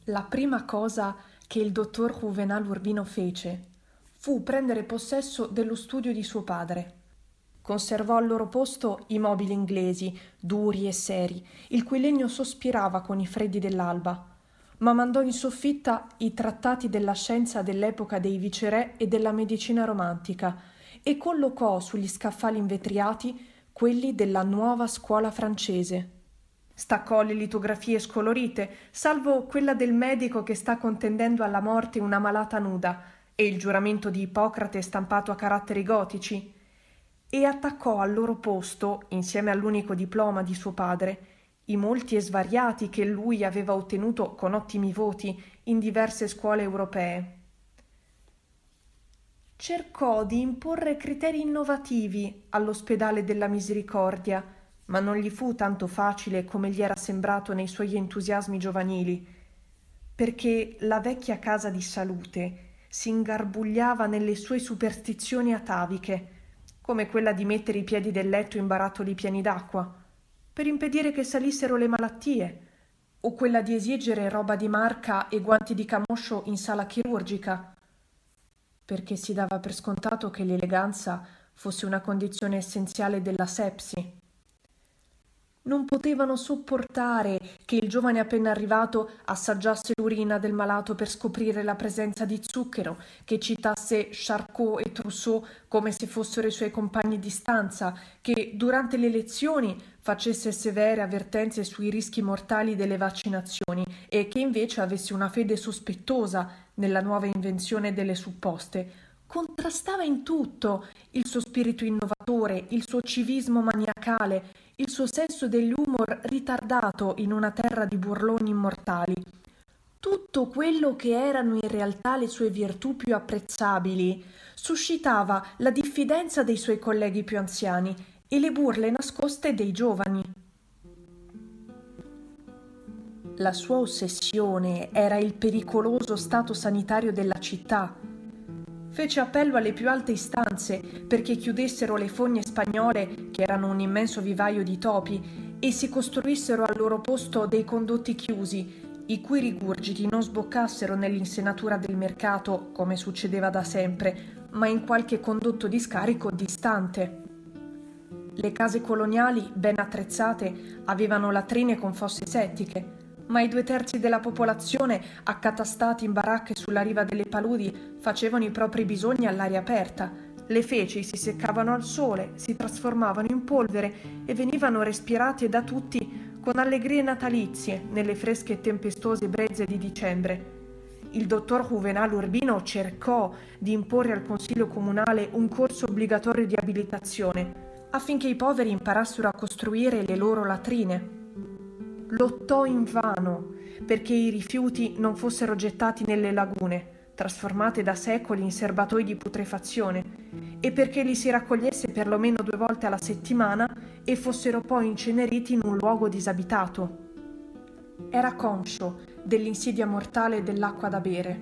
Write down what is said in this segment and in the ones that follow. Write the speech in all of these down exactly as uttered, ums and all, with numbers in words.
La prima cosa che il dottor Juvenal Urbino fece fu prendere possesso dello studio di suo padre. Conservò al loro posto i mobili inglesi, duri e seri, il cui legno sospirava con i freddi dell'alba, ma mandò in soffitta i trattati della scienza dell'epoca dei viceré e della medicina romantica e collocò sugli scaffali invetriati quelli della nuova scuola francese. Staccò le litografie scolorite, salvo quella del medico che sta contendendo alla morte una malata nuda, e il giuramento di Ippocrate stampato a caratteri gotici, e attaccò al loro posto, insieme all'unico diploma di suo padre, i molti e svariati che lui aveva ottenuto con ottimi voti in diverse scuole europee. Cercò di imporre criteri innovativi all'ospedale della Misericordia, ma non gli fu tanto facile come gli era sembrato nei suoi entusiasmi giovanili, perché la vecchia casa di salute si ingarbugliava nelle sue superstizioni ataviche, come quella di mettere i piedi del letto in barattoli pieni d'acqua, per impedire che salissero le malattie, o quella di esigere roba di marca e guanti di camoscio in sala chirurgica, perché si dava per scontato che l'eleganza fosse una condizione essenziale della sepsi. Non potevano sopportare che il giovane appena arrivato assaggiasse l'urina del malato per scoprire la presenza di zucchero, che citasse Charcot e Trousseau come se fossero i suoi compagni di stanza, che durante le lezioni facesse severe avvertenze sui rischi mortali delle vaccinazioni e che invece avesse una fede sospettosa nella nuova invenzione delle supposte. Contrastava in tutto il suo spirito innovatore, il suo civismo maniacale, il suo senso dell'humor ritardato in una terra di burloni immortali. Tutto quello che erano in realtà le sue virtù più apprezzabili suscitava la diffidenza dei suoi colleghi più anziani e le burle nascoste dei giovani. La sua ossessione era il pericoloso stato sanitario della città. Fece appello alle più alte istanze perché chiudessero le fogne spagnole, che erano un immenso vivaio di topi, e si costruissero al loro posto dei condotti chiusi, i cui rigurgiti non sboccassero nell'insenatura del mercato, come succedeva da sempre, ma in qualche condotto di scarico distante. Le case coloniali, ben attrezzate, avevano latrine con fosse settiche, ma i due terzi della popolazione, accatastati in baracche sulla riva delle paludi, facevano i propri bisogni all'aria aperta. Le feci si seccavano al sole, si trasformavano in polvere e venivano respirate da tutti con allegrie natalizie nelle fresche e tempestose brezze di dicembre. Il dottor Juvenal Urbino cercò di imporre al Consiglio Comunale un corso obbligatorio di abilitazione affinché i poveri imparassero a costruire le loro latrine. Lottò invano perché i rifiuti non fossero gettati nelle lagune, trasformate da secoli in serbatoi di putrefazione, e perché li si raccogliesse perlomeno due volte alla settimana e fossero poi inceneriti in un luogo disabitato. Era conscio dell'insidia mortale dell'acqua da bere.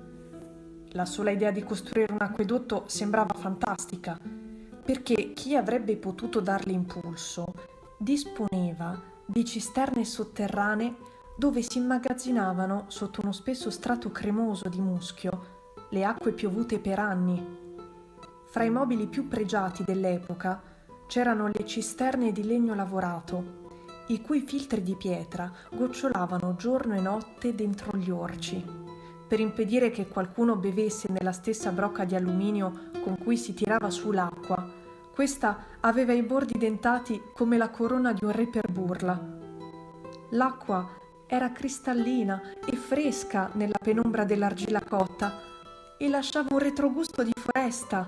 La sola idea di costruire un acquedotto sembrava fantastica, perché chi avrebbe potuto darle impulso disponeva di cisterne sotterranee dove si immagazzinavano, sotto uno spesso strato cremoso di muschio, le acque piovute per anni. Fra i mobili più pregiati dell'epoca c'erano le cisterne di legno lavorato, i cui filtri di pietra gocciolavano giorno e notte dentro gli orci, per impedire che qualcuno bevesse nella stessa brocca di alluminio con cui si tirava su l'acqua. Questa aveva i bordi dentati come la corona di un re per burla. L'acqua era cristallina e fresca nella penombra dell'argilla cotta e lasciava un retrogusto di foresta.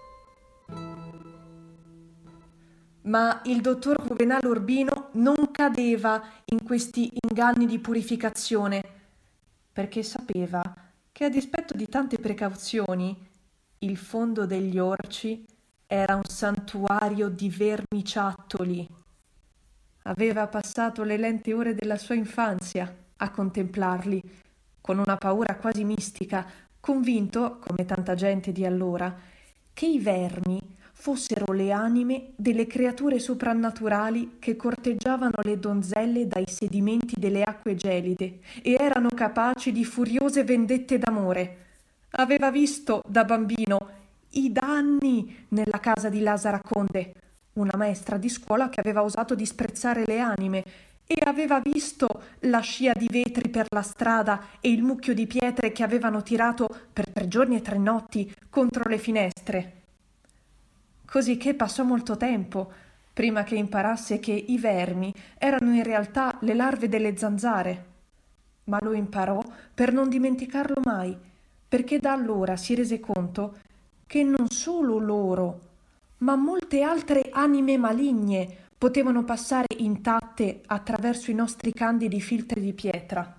Ma il dottor Juvenal Urbino non cadeva in questi inganni di purificazione, perché sapeva che a dispetto di tante precauzioni, il fondo degli orci era un santuario di vermiciattoli. Aveva passato le lente ore della sua infanzia a contemplarli, con una paura quasi mistica, convinto, come tanta gente di allora, che i vermi fossero le anime delle creature soprannaturali che corteggiavano le donzelle dai sedimenti delle acque gelide e erano capaci di furiose vendette d'amore. Aveva visto da bambino i danni nella casa di Lasara Conde, una maestra di scuola che aveva osato disprezzare le anime, e aveva visto la scia di vetri per la strada e il mucchio di pietre che avevano tirato per tre giorni e tre notti contro le finestre. Così che passò molto tempo prima che imparasse che i vermi erano in realtà le larve delle zanzare. Ma lo imparò per non dimenticarlo mai, perché da allora si rese conto che non solo loro, ma molte altre anime maligne potevano passare intatte attraverso i nostri candidi filtri di pietra.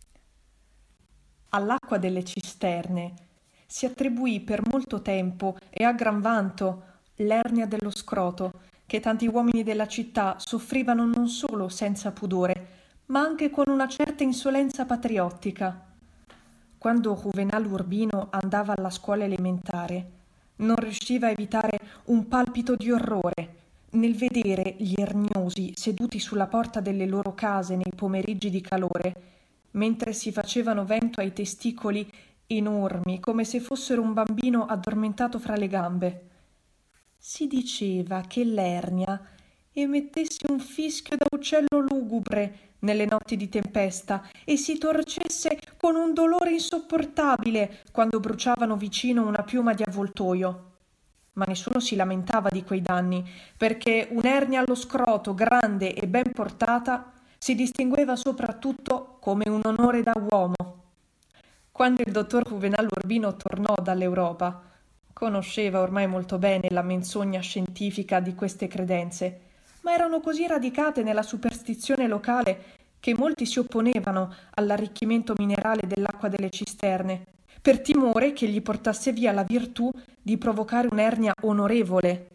All'acqua delle cisterne si attribuì per molto tempo e a gran vanto l'ernia dello scroto, che tanti uomini della città soffrivano non solo senza pudore, ma anche con una certa insolenza patriottica. Quando Juvenal Urbino andava alla scuola elementare, non riusciva a evitare un palpito di orrore nel vedere gli erniosi seduti sulla porta delle loro case nei pomeriggi di calore, mentre si facevano vento ai testicoli enormi, come se fossero un bambino addormentato fra le gambe. Si diceva che l'ernia emettesse un fischio da uccello lugubre nelle notti di tempesta e si torcesse con un dolore insopportabile quando bruciavano vicino una piuma di avvoltoio. Ma nessuno si lamentava di quei danni, perché un'ernia allo scroto grande e ben portata si distingueva soprattutto come un onore da uomo. Quando il dottor Juvenal Urbino tornò dall'Europa, conosceva ormai molto bene la menzogna scientifica di queste credenze, ma erano così radicate nella superstizione locale che molti si opponevano all'arricchimento minerale dell'acqua delle cisterne, per timore che gli portasse via la virtù di provocare un'ernia onorevole.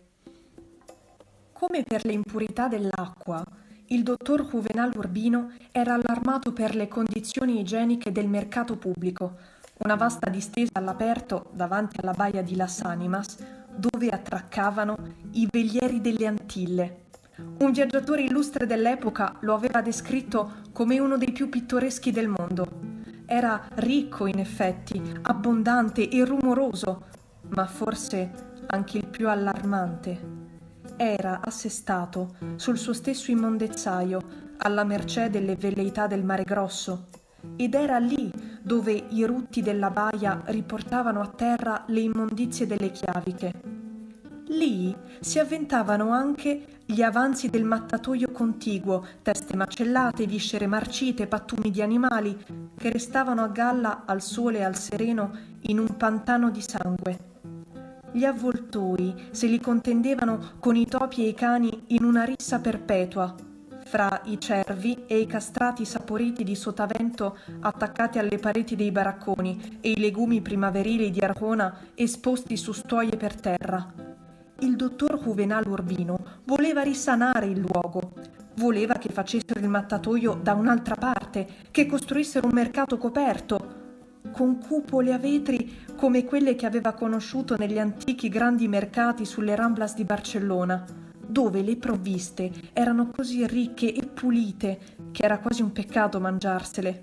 Come per le impurità dell'acqua, il dottor Juvenal Urbino era allarmato per le condizioni igieniche del mercato pubblico, una vasta distesa all'aperto davanti alla baia di Las Animas, dove attraccavano i velieri delle Antille. Un viaggiatore illustre dell'epoca lo aveva descritto come uno dei più pittoreschi del mondo. Era ricco in effetti, abbondante e rumoroso, ma forse anche il più allarmante. Era assestato sul suo stesso immondezzaio, alla mercé delle velleità del mare grosso, ed era lì dove i rutti della baia riportavano a terra le immondizie delle chiaviche. Lì si avventavano anche gli avanzi del mattatoio contiguo, teste macellate, viscere marcite, pattumi di animali che restavano a galla al sole e al sereno in un pantano di sangue. Gli avvoltoi se li contendevano con i topi e i cani in una rissa perpetua, fra i cervi e i castrati saporiti di sotavento attaccati alle pareti dei baracconi e i legumi primaverili di Arjona esposti su stuoie per terra. Il dottor Juvenal Urbino voleva risanare il luogo, voleva che facessero il mattatoio da un'altra parte, che costruissero un mercato coperto, con cupole a vetri come quelle che aveva conosciuto negli antichi grandi mercati sulle Ramblas di Barcellona, dove le provviste erano così ricche e pulite che era quasi un peccato mangiarsele.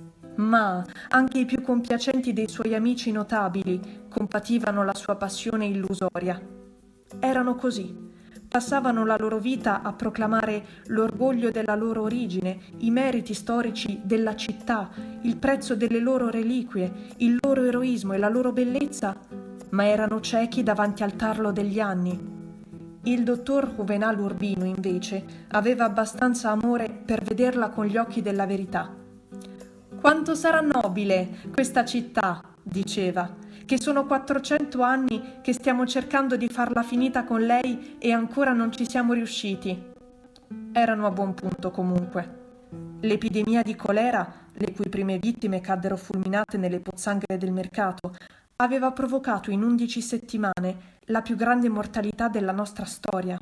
Ma anche i più compiacenti dei suoi amici notabili compativano la sua passione illusoria. Erano così, passavano la loro vita a proclamare l'orgoglio della loro origine, i meriti storici della città, il prezzo delle loro reliquie, il loro eroismo e la loro bellezza, ma erano ciechi davanti al tarlo degli anni. Il dottor Juvenal Urbino, invece, aveva abbastanza amore per vederla con gli occhi della verità. «Quanto sarà nobile questa città», diceva, «che sono quattrocento anni che stiamo cercando di farla finita con lei e ancora non ci siamo riusciti». Erano a buon punto comunque. L'epidemia di colera, le cui prime vittime caddero fulminate nelle pozzanghere del mercato, aveva provocato in undici settimane la più grande mortalità della nostra storia.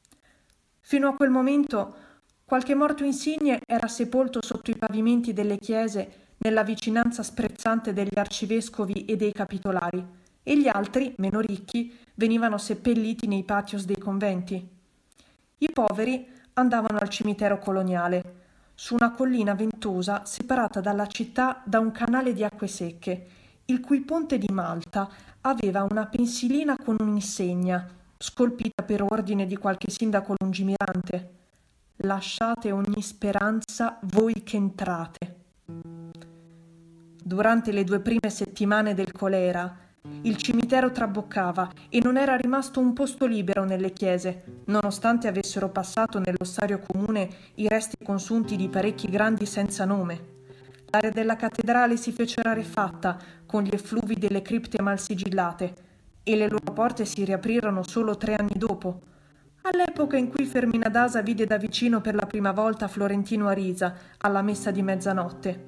Fino a quel momento qualche morto insigne era sepolto sotto i pavimenti delle chiese nella vicinanza sprezzante degli arcivescovi e dei capitolari, e gli altri, meno ricchi, venivano seppelliti nei patios dei conventi. I poveri andavano al cimitero coloniale, su una collina ventosa separata dalla città da un canale di acque secche, il cui ponte di Malta aveva una pensilina con un'insegna, scolpita per ordine di qualche sindaco lungimirante. Lasciate ogni speranza voi che entrate. Durante le due prime settimane del colera, il cimitero traboccava e non era rimasto un posto libero nelle chiese, nonostante avessero passato nell'ossario comune i resti consunti di parecchi grandi senza nome. L'area della cattedrale si fece rarefatta con gli effluvi delle cripte mal sigillate e le loro porte si riaprirono solo tre anni dopo, all'epoca in cui Fermina Dasa vide da vicino per la prima volta Florentino Arisa alla messa di mezzanotte.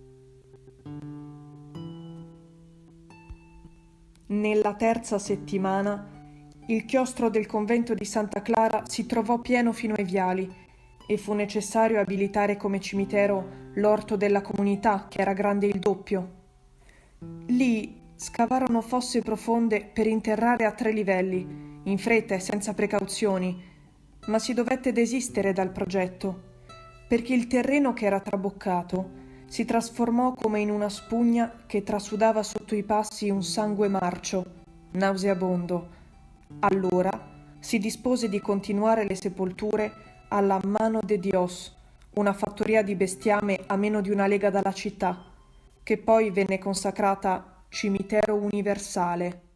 Nella terza settimana, il chiostro del convento di Santa Clara si trovò pieno fino ai viali e fu necessario abilitare come cimitero l'orto della comunità, che era grande il doppio. Lì scavarono fosse profonde per interrare a tre livelli, in fretta e senza precauzioni, ma si dovette desistere dal progetto, perché il terreno che era traboccato si trasformò come in una spugna che trasudava sotto i passi un sangue marcio, nauseabondo. Allora si dispose di continuare le sepolture alla Mano de Dios, una fattoria di bestiame a meno di una lega dalla città, che poi venne consacrata cimitero universale.